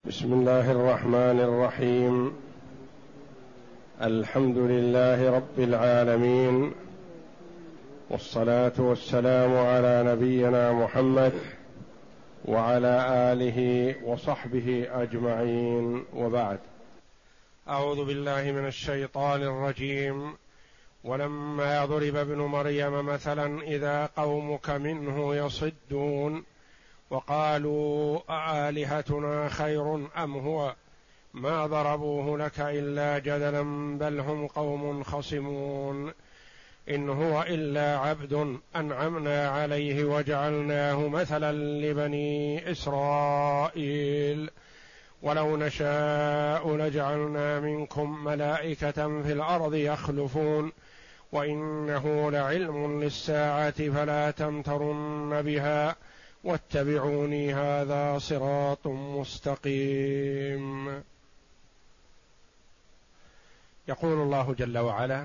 بسم الله الرحمن الرحيم. الحمد لله رب العالمين، والصلاة والسلام على نبينا محمد وعلى آله وصحبه أجمعين، وبعد. أعوذ بالله من الشيطان الرجيم. ولما ضرب ابن مريم مثلا إذا قومك منه يصدون وقالوا أآلهتنا خير أم هو ما ضربوه لك إلا جدلا بل هم قوم خصمون. إن هو إلا عبد أنعمنا عليه وجعلناه مثلا لبني إسرائيل ولو نشاء لجعلنا منكم ملائكة في الأرض يخلفون وإنه لعلم للساعة فلا تمترن بها واتبعوني هذا صراط مستقيم. يقول الله جل وعلا: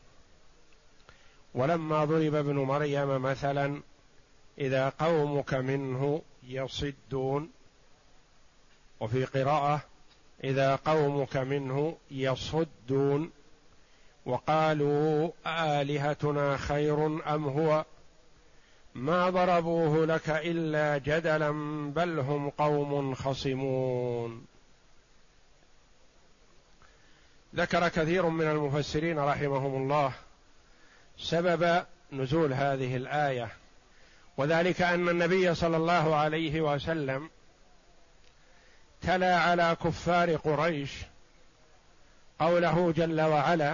ولما ضرب ابن مريم مثلا إذا قومك منه يصدون، وفي قراءة إذا قومك منه يصدون وقالوا آلهتنا خير أم هو ما ضربوه لك إلا جدلا بل هم قوم خصمون. ذكر كثير من المفسرين رحمهم الله سبب نزول هذه الآية، وذلك أن النبي صلى الله عليه وسلم تلا على كفار قريش قوله جل وعلا: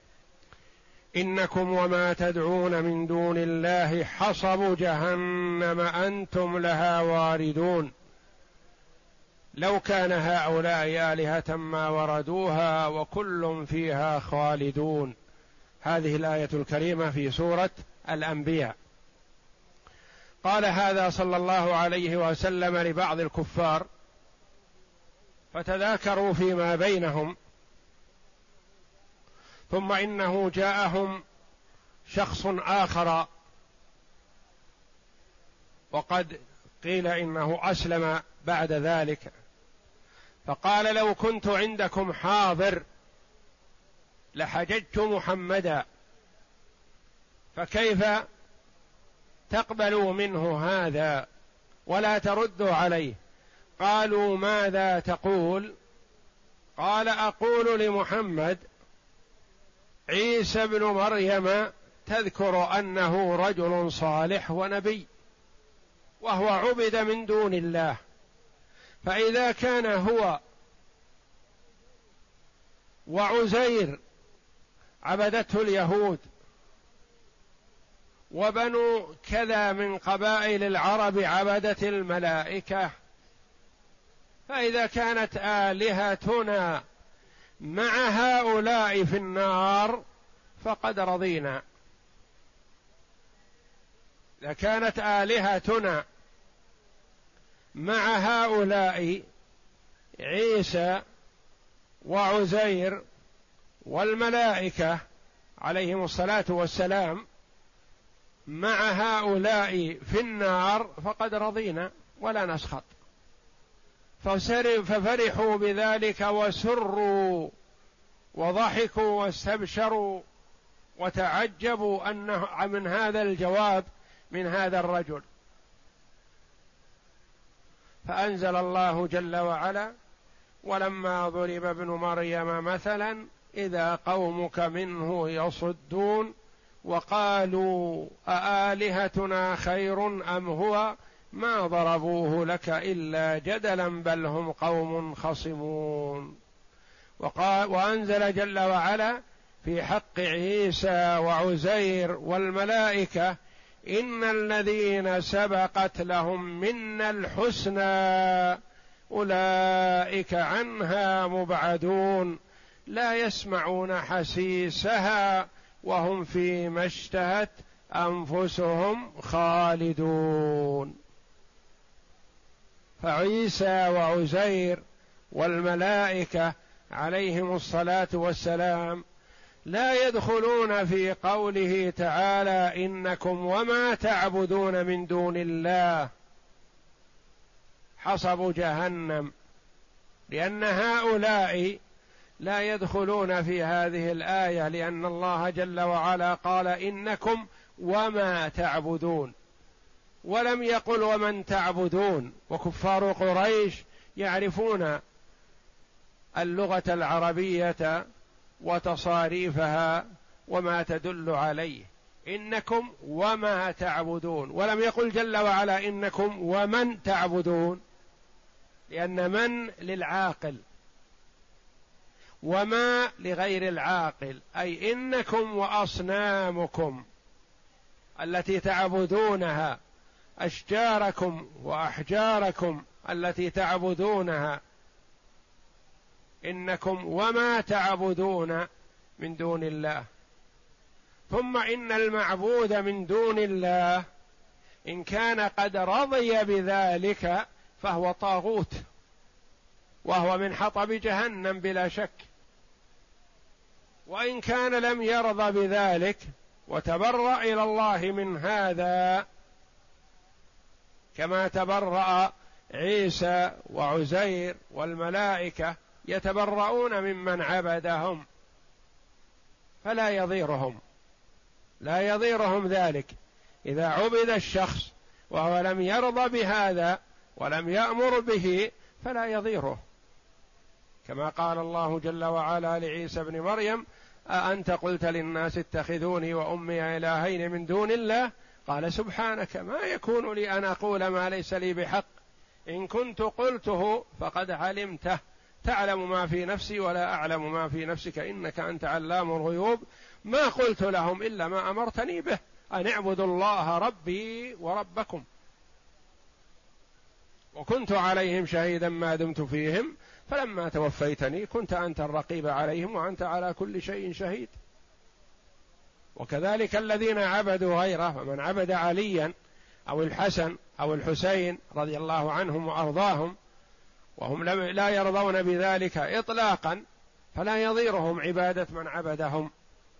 إنكم وما تدعون من دون الله حصب جهنم أنتم لها واردون لو كان هؤلاء آلهة ما وردوها وكل فيها خالدون. هذه الآية الكريمة في سورة الأنبياء. قال هذا صلى الله عليه وسلم لبعض الكفار، فتذاكروا فيما بينهم، ثم إنه جاءهم شخص آخر وقد قيل إنه أسلم بعد ذلك، فقال: لو كنت عندكم حاضر لحججت محمدا، فكيف تقبلوا منه هذا ولا تردوا عليه؟ قالوا: ماذا تقول؟ قال: أقول لمحمد عيسى ابن مريم تذكر أنه رجل صالح ونبي وهو عبد من دون الله، فإذا كان هو وعزير عبدته اليهود وبنو كذا من قبائل العرب عبدت الملائكة، فإذا كانت آلهتنا مع هؤلاء في النار فقد رضينا. إذا كانت آلهتنا مع هؤلاء عيسى وعزير والملائكة عليهم الصلاة والسلام مع هؤلاء في النار فقد رضينا ولا نسخط. ففرحوا بذلك وسروا وضحكوا واستبشروا وتعجبوا أنه من هذا الجواب من هذا الرجل. فأنزل الله جل وعلا: ولما ضرب ابن مريم مثلا إذا قومك منه يصدون وقالوا أآلهتنا خير أم هو ما ضربوه لك إلا جدلا بل هم قوم خصمون. وأنزل جل وعلا في حق عيسى وعزير والملائكة: إن الذين سبقت لهم منا الحسنى أولئك عنها مبعدون لا يسمعون حسيسها وهم فيما اشتهت أنفسهم خالدون. فعيسى وعزير والملائكة عليهم الصلاة والسلام لا يدخلون في قوله تعالى: إنكم وما تعبدون من دون الله حصب جهنم لأن هؤلاء لا يدخلون في هذه الآية، لأن الله جل وعلا قال إنكم وما تعبدون، ولم يقل ومن تعبدون. وكفار قريش يعرفون اللغة العربية وتصاريفها وما تدل عليه، إنكم وما تعبدون، ولم يقل جل وعلا إنكم ومن تعبدون، لأن من للعاقل وما لغير العاقل، أي إنكم وأصنامكم التي تعبدونها، أشجاركم وأحجاركم التي تعبدونها، إنكم وما تعبدون من دون الله. ثم إن المعبود من دون الله إن كان قد رضي بذلك فهو طاغوت، وهو من حطب جهنم بلا شك. وإن كان لم يرضى بذلك وتبرأ إلى الله من هذا، كما تبرأ عيسى وعزير والملائكة يتبرؤون ممن عبدهم، فلا يضيرهم، لا يضيرهم ذلك. إذا عبد الشخص وهو لم يرضى بهذا ولم يأمر به فلا يضيره، كما قال الله جل وعلا لعيسى بن مريم: أأنت قلت للناس اتخذوني وأمي إلهين من دون الله؟ قال: سبحانك ما يكون لي أن أقول ما ليس لي بحق، إن كنت قلته فقد علمته، تعلم ما في نفسي ولا أعلم ما في نفسك، إنك أنت علام الغيوب. ما قلت لهم إلا ما أمرتني به، أن اعبدوا الله ربي وربكم، وكنت عليهم شهيدا ما دمت فيهم، فلما توفيتني كنت أنت الرقيب عليهم وأنت على كل شيء شهيد. وكذلك الذين عبدوا غيره، ومن عبد عليا أو الحسن أو الحسين رضي الله عنهم وأرضاهم وهم لا يرضون بذلك إطلاقا، فلا يضيرهم عبادة من عبدهم.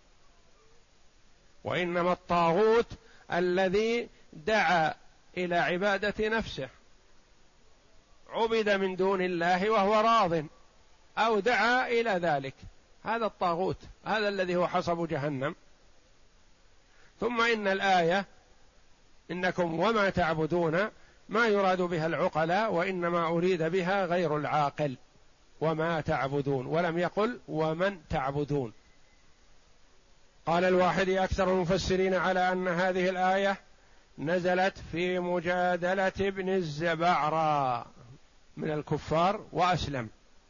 وإنما الطاغوت الذي دعا إلى عبادة نفسه، عبد من دون الله وهو راض، أو دعا إلى ذلك، هذا الطاغوت، هذا الذي هو حصب جهنم. ثم إن الآية إنكم وما تعبدون ما يراد بها العقلاء، وإنما أريد بها غير العاقل، وما تعبدون، ولم يقل ومن تعبدون. قال الواحدي أكثر المفسرين على أن هذه الآية نزلت في مجادلة ابن الزبعرى من الكفار وأسلم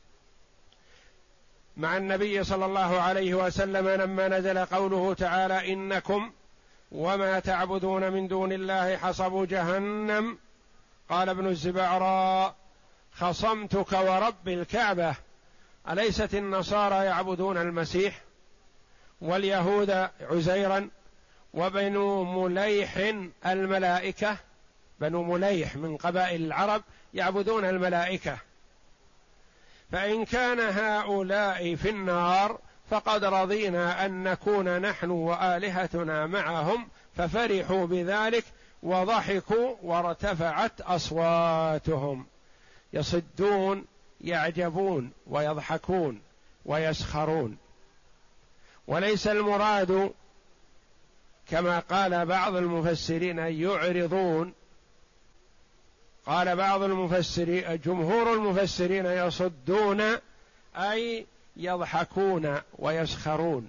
مع النبي صلى الله عليه وسلم لما نزل قوله تعالى: إنكم وما تعبدون من دون الله حصب جهنم. قال ابن الزبعرى: خصمتك ورب الكعبة، أليست النصارى يعبدون المسيح واليهود عزيرا وبنو مليح الملائكة؟ بنو مليح من قبائل العرب يعبدون الملائكة، فإن كان هؤلاء في النار فقد رضينا أن نكون نحن وآلهتنا معهم، ففرحوا بذلك وضحكوا وارتفعت أصواتهم، يصدون يعجبون ويضحكون ويسخرون. وليس المراد كما قال بعض المفسرين يعرضون، قال بعض المفسرين جمهور المفسرين يصدون أي يضحكون ويسخرون.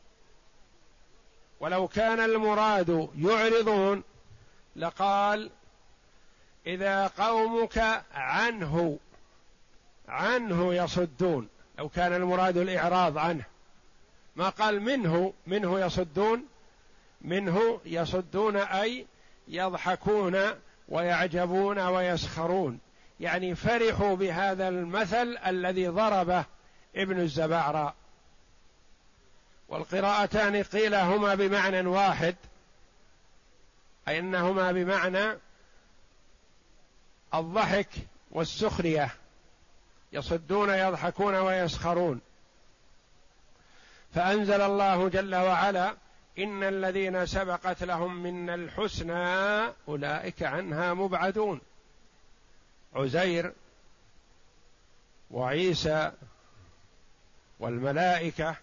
ولو كان المراد يعرضون لقال: إذا قومك عنه يصدون، لو كان المراد الإعراض عنه، ما قال منه يصدون، منه يصدون أي يضحكون ويعجبون ويسخرون، يعني فرحوا بهذا المثل الذي ضربه ابن الزبعرى. والقراءتان قيل هما بمعنى واحد، أي أنهما بمعنى الضحك والسخرية، يصدون يضحكون ويسخرون. فأنزل الله جل وعلا: إن الذين سبقت لهم منا الحسنى أولئك عنها مبعدون. عزير وعيسى والملائكة.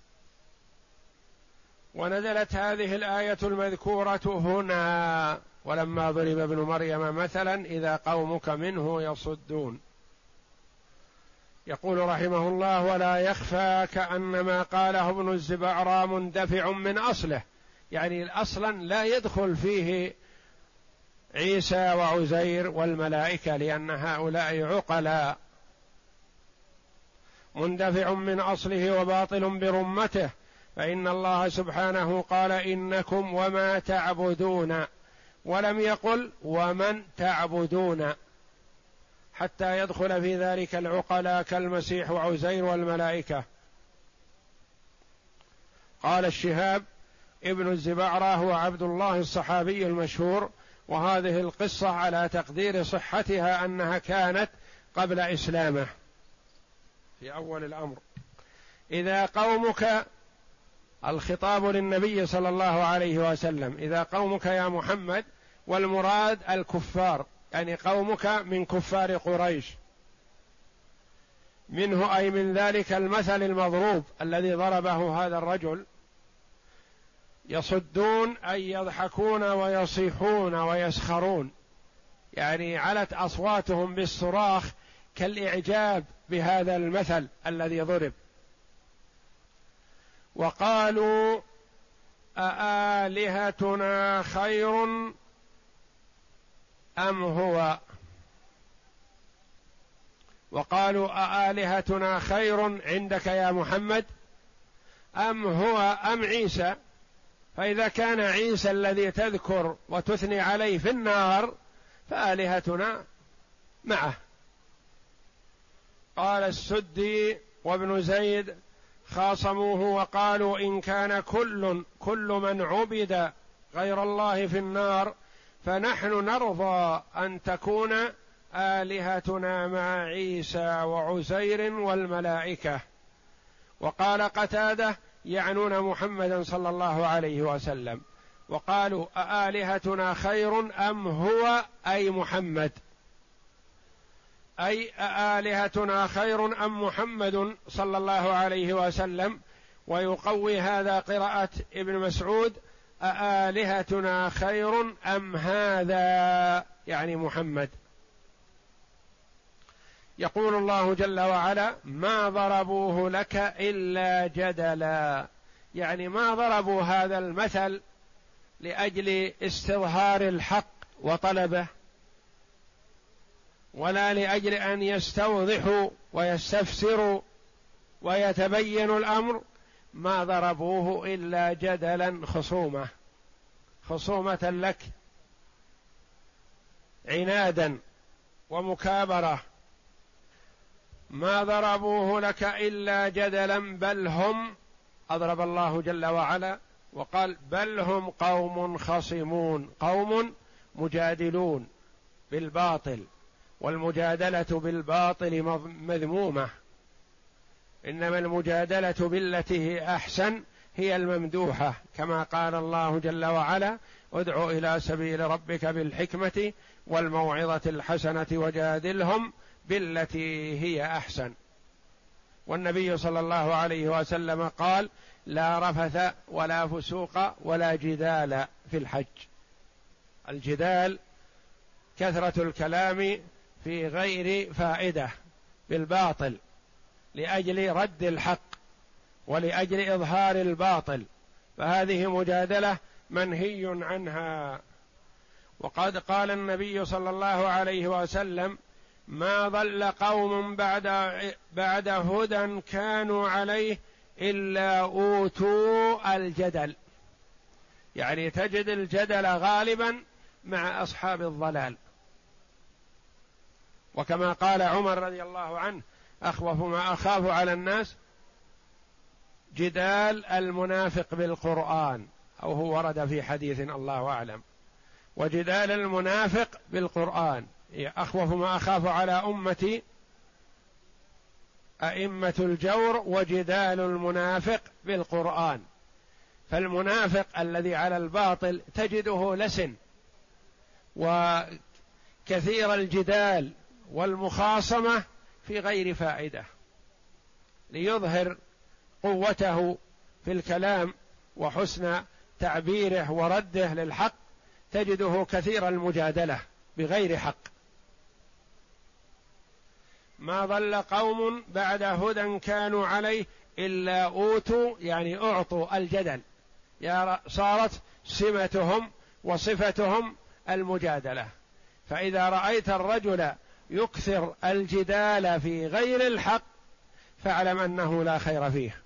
ونزلت هذه الآية المذكورة هنا: ولما ضرب ابن مريم مثلا إذا قومك منه يصدون. يقول رحمه الله: ولا يخفى كأن ما قاله ابن الزبعرى مندفع من أصله، يعني أصلا لا يدخل فيه عيسى وعزير والملائكة لأن هؤلاء عقلاء، مندفع من أصله وباطل برمته، فإن الله سبحانه قال: إنكم وما تعبدون، ولم يقل ومن تعبدون، حتى يدخل في ذلك العقلاء كالمسيح وعزير والملائكة. قال الشهاب ابن الزبعرى هو عبد الله الصحابي المشهور، وهذه القصة على تقدير صحتها أنها كانت قبل إسلامه في أول الأمر. إذا قومك، الخطاب للنبي صلى الله عليه وسلم: إذا قومك يا محمد، والمراد الكفار، يعني قومك من كفار قريش، منه أي من ذلك المثل المضروب الذي ضربه هذا الرجل. يصدون أي يضحكون ويصيحون ويسخرون، يعني علت أصواتهم بالصراخ كالإعجاب بهذا المثل الذي ضرب. وقالوا: أآلهتنا خير أم هو؟ وقالوا: أآلهتنا خير عندك يا محمد أم هو أم عيسى؟ فإذا كان عيسى الذي تذكر وتثني عليه في النار فآلهتنا معه. قال السدي وابن زيد خاصموه وقالوا: إن كان كل من عبد غير الله في النار فنحن نرضى أن تكون آلهتنا مع عيسى وعزير والملائكة. وقال قتادة: يعنون محمدا صلى الله عليه وسلم، وقالوا: أآلهتنا خير أم هو أي محمد، أي أآلهتنا خير أم محمد صلى الله عليه وسلم. ويقوي هذا قراءة ابن مسعود: أآلهتنا خير أم هذا، يعني محمد. يقول الله جل وعلا: ما ضربوه لك إلا جدلا، يعني ما ضربوا هذا المثل لأجل استظهار الحق وطلبه، ولا لأجل أن يستوضحوا ويستفسروا ويتبين الأمر، ما ضربوه إلا جدلا، خصومة لك، عنادا ومكابرة. ما ضربوه لك إلا جدلا بل هم، أضرب الله جل وعلا وقال: بل هم قوم خصمون، قوم مجادلون بالباطل، والمجادلة بالباطل مذمومة، إنما المجادلة بالتي هي أحسن هي الممدوحة، كما قال الله جل وعلا: ادع إلى سبيل ربك بالحكمة والموعظة الحسنة وجادلهم بالتي هي أحسن. والنبي صلى الله عليه وسلم قال: لا رفث ولا فسوق ولا جدال في الحج. الجدال كثرة الكلام في غير فائدة بالباطل لأجل رد الحق ولأجل إظهار الباطل، فهذه مجادلة منهي عنها. وقد قال النبي صلى الله عليه وسلم: ما ضل قوم بعد هدى كانوا عليه إلا أوتوا الجدل، يعني تجد الجدل غالبا مع أصحاب الضلال. وكما قال عمر رضي الله عنه: أخوف ما أخاف على الناس جدال المنافق بالقرآن، أو هو ورد في حديث الله أعلم، وجدال المنافق بالقرآن. أخوف ما أخاف على أمتي أئمة الجور وجدال المنافق بالقرآن. فالمنافق الذي على الباطل تجده لسن وكثير الجدال والمخاصمة في غير فائدة، ليظهر قوته في الكلام وحسن تعبيره ورده للحق، تجده كثير المجادلة بغير حق. ما ضل قوم بعد هدى كانوا عليه إلا أوتوا، يعني أعطوا الجدل، صارت سمتهم وصفتهم المجادلة. فإذا رأيت الرجل يكثر الجدال في غير الحق فاعلم أنه لا خير فيه.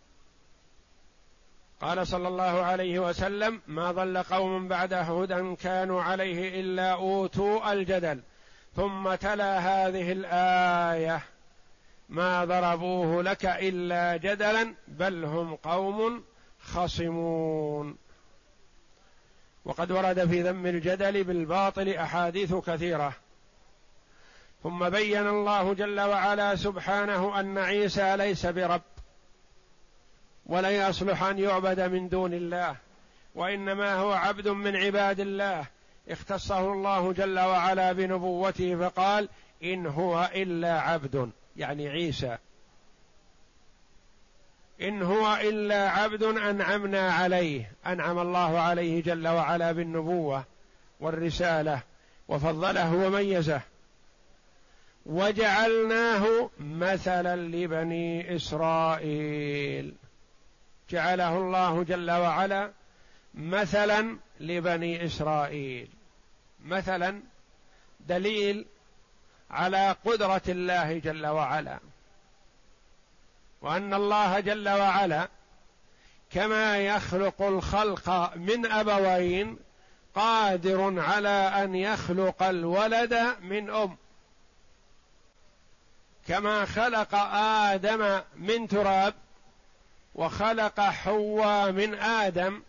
قال صلى الله عليه وسلم: ما ضل قوم بعد هدى كانوا عليه إلا أوتوا الجدل. ثم تلا هذه الآية: ما ضربوه لك إلا جدلا بل هم قوم خصمون. وقد ورد في ذم الجدل بالباطل أحاديث كثيرة. ثم بين الله جل وعلا سبحانه أن عيسى ليس برب، ولا يصلح أن يعبد من دون الله، وإنما هو عبد من عباد الله اختصه الله جل وعلا بنبوته، فقال: إن هو إلا عبد، يعني عيسى، إن هو إلا عبد أنعمنا عليه، أنعم الله عليه جل وعلا بالنبوة والرسالة وفضله وميزه. وجعلناه مثلا لبني إسرائيل، جعله الله جل وعلا مثلا لبني إسرائيل. مثلا دليل على قدرة الله جل وعلا، وأن الله جل وعلا كما يخلق الخلق من أبوين قادر على أن يخلق الولد من أم، كما خلق آدم من تراب وخلق حواء من آدم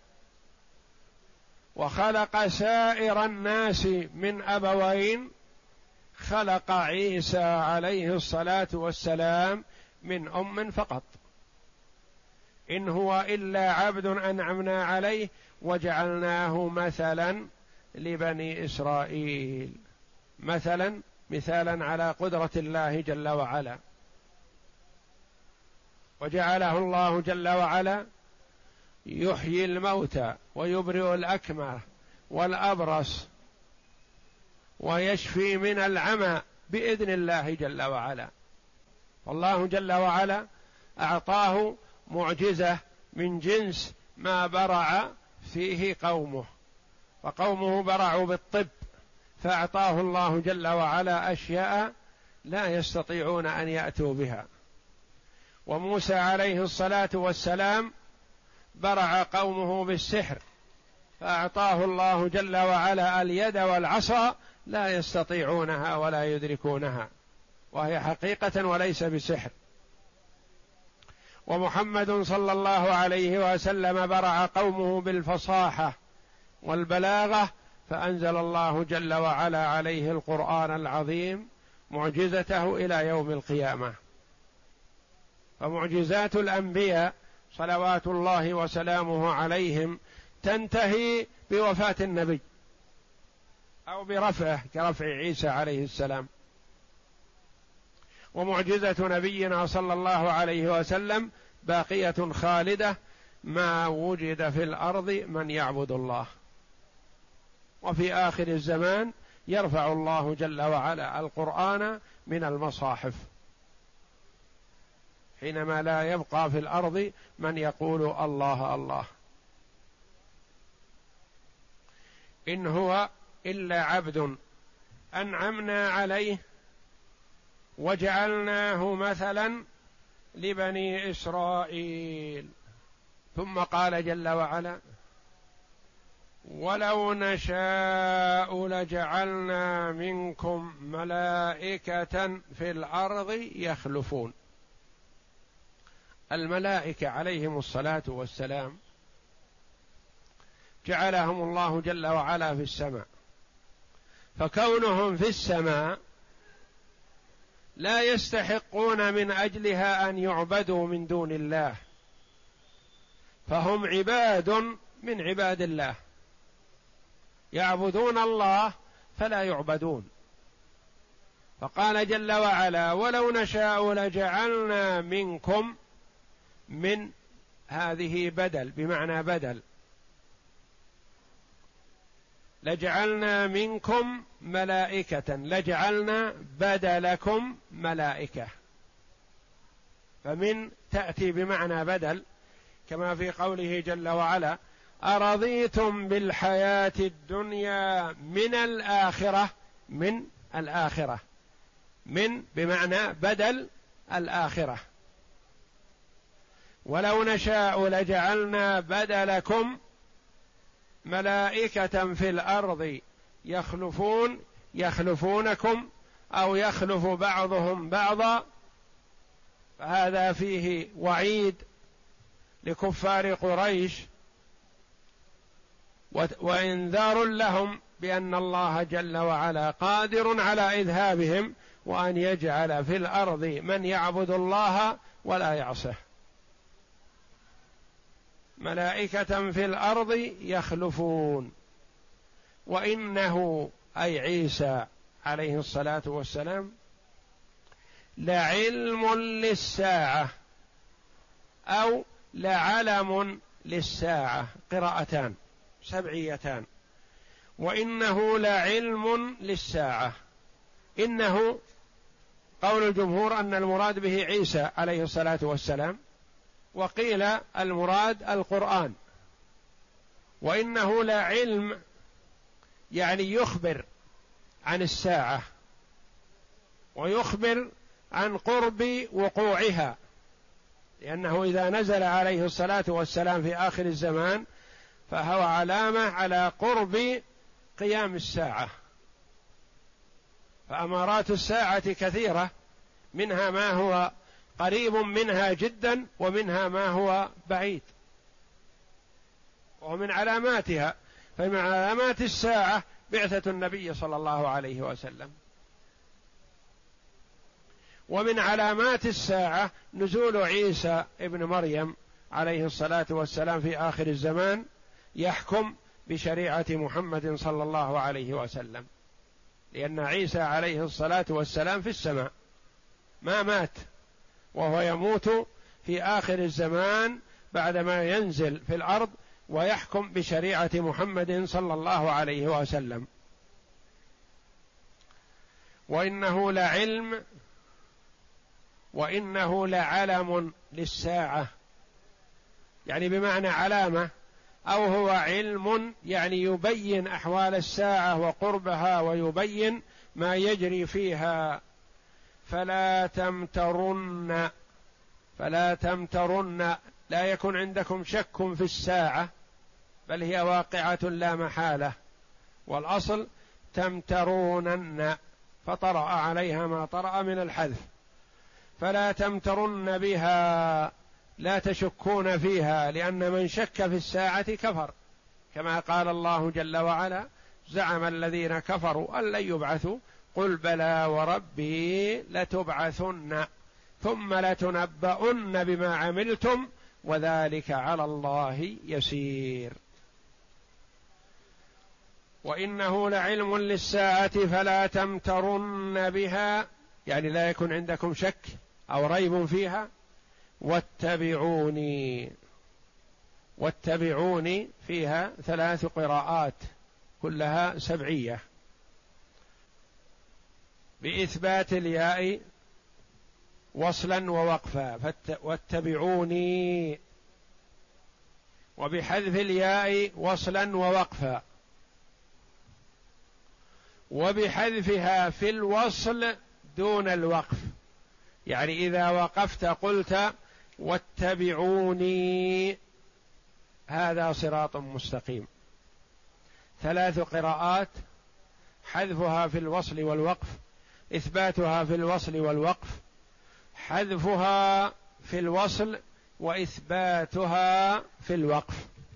وخلق سائر الناس من أبوين، خلق عيسى عليه الصلاة والسلام من أم فقط. إن هو إلا عبد أنعمنا عليه وجعلناه مثلا لبني إسرائيل، مثالا على قدرة الله جل وعلا. وجعله الله جل وعلا يحيي الموتى ويبرئ الأكمه والأبرص ويشفي من العمى بإذن الله جل وعلا. والله جل وعلا أعطاه معجزة من جنس ما برع فيه قومه، فقومه برعوا بالطب، فأعطاه الله جل وعلا أشياء لا يستطيعون أن يأتوا بها. وموسى عليه الصلاة والسلام برع قومه بالسحر، فأعطاه الله جل وعلا اليد والعصا لا يستطيعونها ولا يدركونها، وهي حقيقة وليس بسحر. ومحمد صلى الله عليه وسلم برع قومه بالفصاحة والبلاغة، فأنزل الله جل وعلا عليه القرآن العظيم معجزته إلى يوم القيامة. فمعجزات الأنبياء صلوات الله وسلامه عليهم تنتهي بوفاة النبي أو برفعه كرفع عيسى عليه السلام. ومعجزة نبينا صلى الله عليه وسلم باقية خالدة ما وجد في الأرض من يعبد الله. وفي آخر الزمان يرفع الله جل وعلا القرآن من المصاحف، حينما لا يبقى في الأرض من يقول الله الله. إن هو إلا عبد أنعمنا عليه وجعلناه مثلا لبني إسرائيل. ثم قال جل وعلا: ولو نشاء لجعلنا منكم ملائكة في الأرض يخلفون. الملائكة عليهم الصلاة والسلام جعلهم الله جل وعلا في السماء، فكونهم في السماء لا يستحقون من أجلها أن يعبدوا من دون الله، فهم عباد من عباد الله، يعبدون الله فلا يعبدون، فقال جل وعلا: ولو نشاء لجعلنا منكم، من هذه بدل بمعنى بدل، لجعلنا منكم ملائكة، لجعلنا بدلكم ملائكة، فمن تأتي بمعنى بدل، كما في قوله جل وعلا: أرضيتم بالحياة الدنيا من الآخرة، من الآخرة، من بمعنى بدل الآخرة. ولو نشاء لجعلنا بدلكم ملائكة في الأرض يخلفونكم أو يخلف بعضهم بعضا، فهذا فيه وعيد لكفار قريش وإنذار لهم بأن الله جل وعلا قادر على إذهابهم، وأن يجعل في الأرض من يعبد الله ولا يعصه. ملائكة في الأرض يخلفون، وإنه أي عيسى عليه الصلاة والسلام لعلم للساعة أو لعلم للساعة، قراءتان سبعيتان. وإنه لعلم للساعة، إنه قول الجمهور أن المراد به عيسى عليه الصلاة والسلام، وقيل المراد القرآن. وإنه لعلم يعني يخبر عن الساعة ويخبر عن قرب وقوعها، لأنه إذا نزل عليه الصلاة والسلام في آخر الزمان فهو علامة على قرب قيام الساعة. فأمارات الساعة كثيرة، منها ما هو قريب منها جدا، ومنها ما هو بعيد. ومن علاماتها، فمن علامات الساعة بعثة النبي صلى الله عليه وسلم، ومن علامات الساعة نزول عيسى ابن مريم عليه الصلاة والسلام في آخر الزمان، يحكم بشريعة محمد صلى الله عليه وسلم، لأن عيسى عليه الصلاة والسلام في السماء ما مات، وهو يموت في آخر الزمان بعدما ينزل في الأرض ويحكم بشريعة محمد صلى الله عليه وسلم. وإنه لعلم، وإنه لعلم للساعة، يعني بمعنى علامة، أو هو علم يعني يبين أحوال الساعة وقربها ويبين ما يجري فيها. فلا تمترن، فلا تمترن، لا يكن عندكم شك في الساعة، بل هي واقعة لا محالة، والأصل تمترونن، فطرأ عليها ما طرأ من الحذف. فلا تمترن بها، لا تشكون فيها، لأن من شك في الساعة كفر، كما قال الله جل وعلا: زعم الذين كفروا أن لن يبعثوا قل بلى وربي لتبعثن ثم لتنبؤن بما عملتم وذلك على الله يسير. وإنه لعلم للساعة فلا تمترن بها، يعني لا يكن عندكم شك أو ريب فيها. واتبعوني، واتبعوني فيها 3 قراءات كلها سبعية بإثبات الياء وصلا ووقفا، واتبعوني، وبحذف الياء وصلا ووقفا، وبحذفها في الوصل دون الوقف، يعني إذا وقفت قلت واتبعوني، هذا صراط مستقيم. 3 قراءات، حذفها في الوصل والوقف، إثباتها في الوصل والوقف، حذفها في الوصل وإثباتها في الوقف.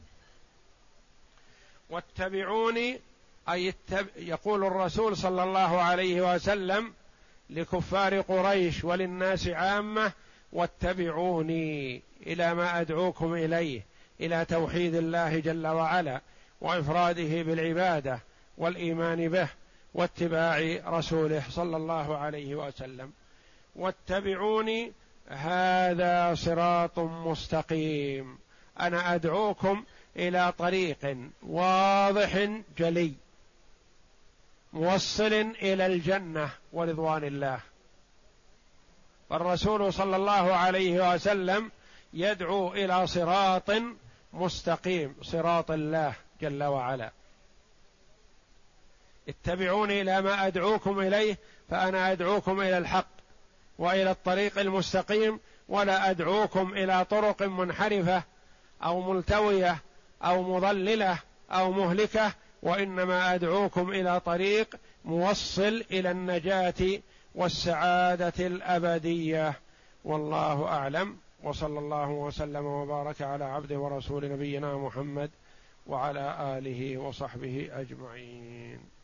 واتبعوني أي يقول الرسول صلى الله عليه وسلم لكفار قريش وللناس عامة: واتبعوني إلى ما أدعوكم إليه، إلى توحيد الله جل وعلا وإفراده بالعبادة والإيمان به واتباع رسوله صلى الله عليه وسلم. واتبعوني هذا صراط مستقيم، أنا أدعوكم إلى طريق واضح جلي موصل إلى الجنة ورضوان الله. فالرسول صلى الله عليه وسلم يدعو إلى صراط مستقيم، صراط الله جل وعلا. اتبعوني إلى ما أدعوكم إليه، فأنا أدعوكم إلى الحق وإلى الطريق المستقيم، ولا أدعوكم إلى طرق منحرفة أو ملتوية أو مضللة أو مهلكة، وإنما أدعوكم إلى طريق موصل إلى النجاة والسعادة الأبدية. والله أعلم، وصلى الله وسلم وبارك على عبده ورسول نبينا محمد وعلى آله وصحبه أجمعين.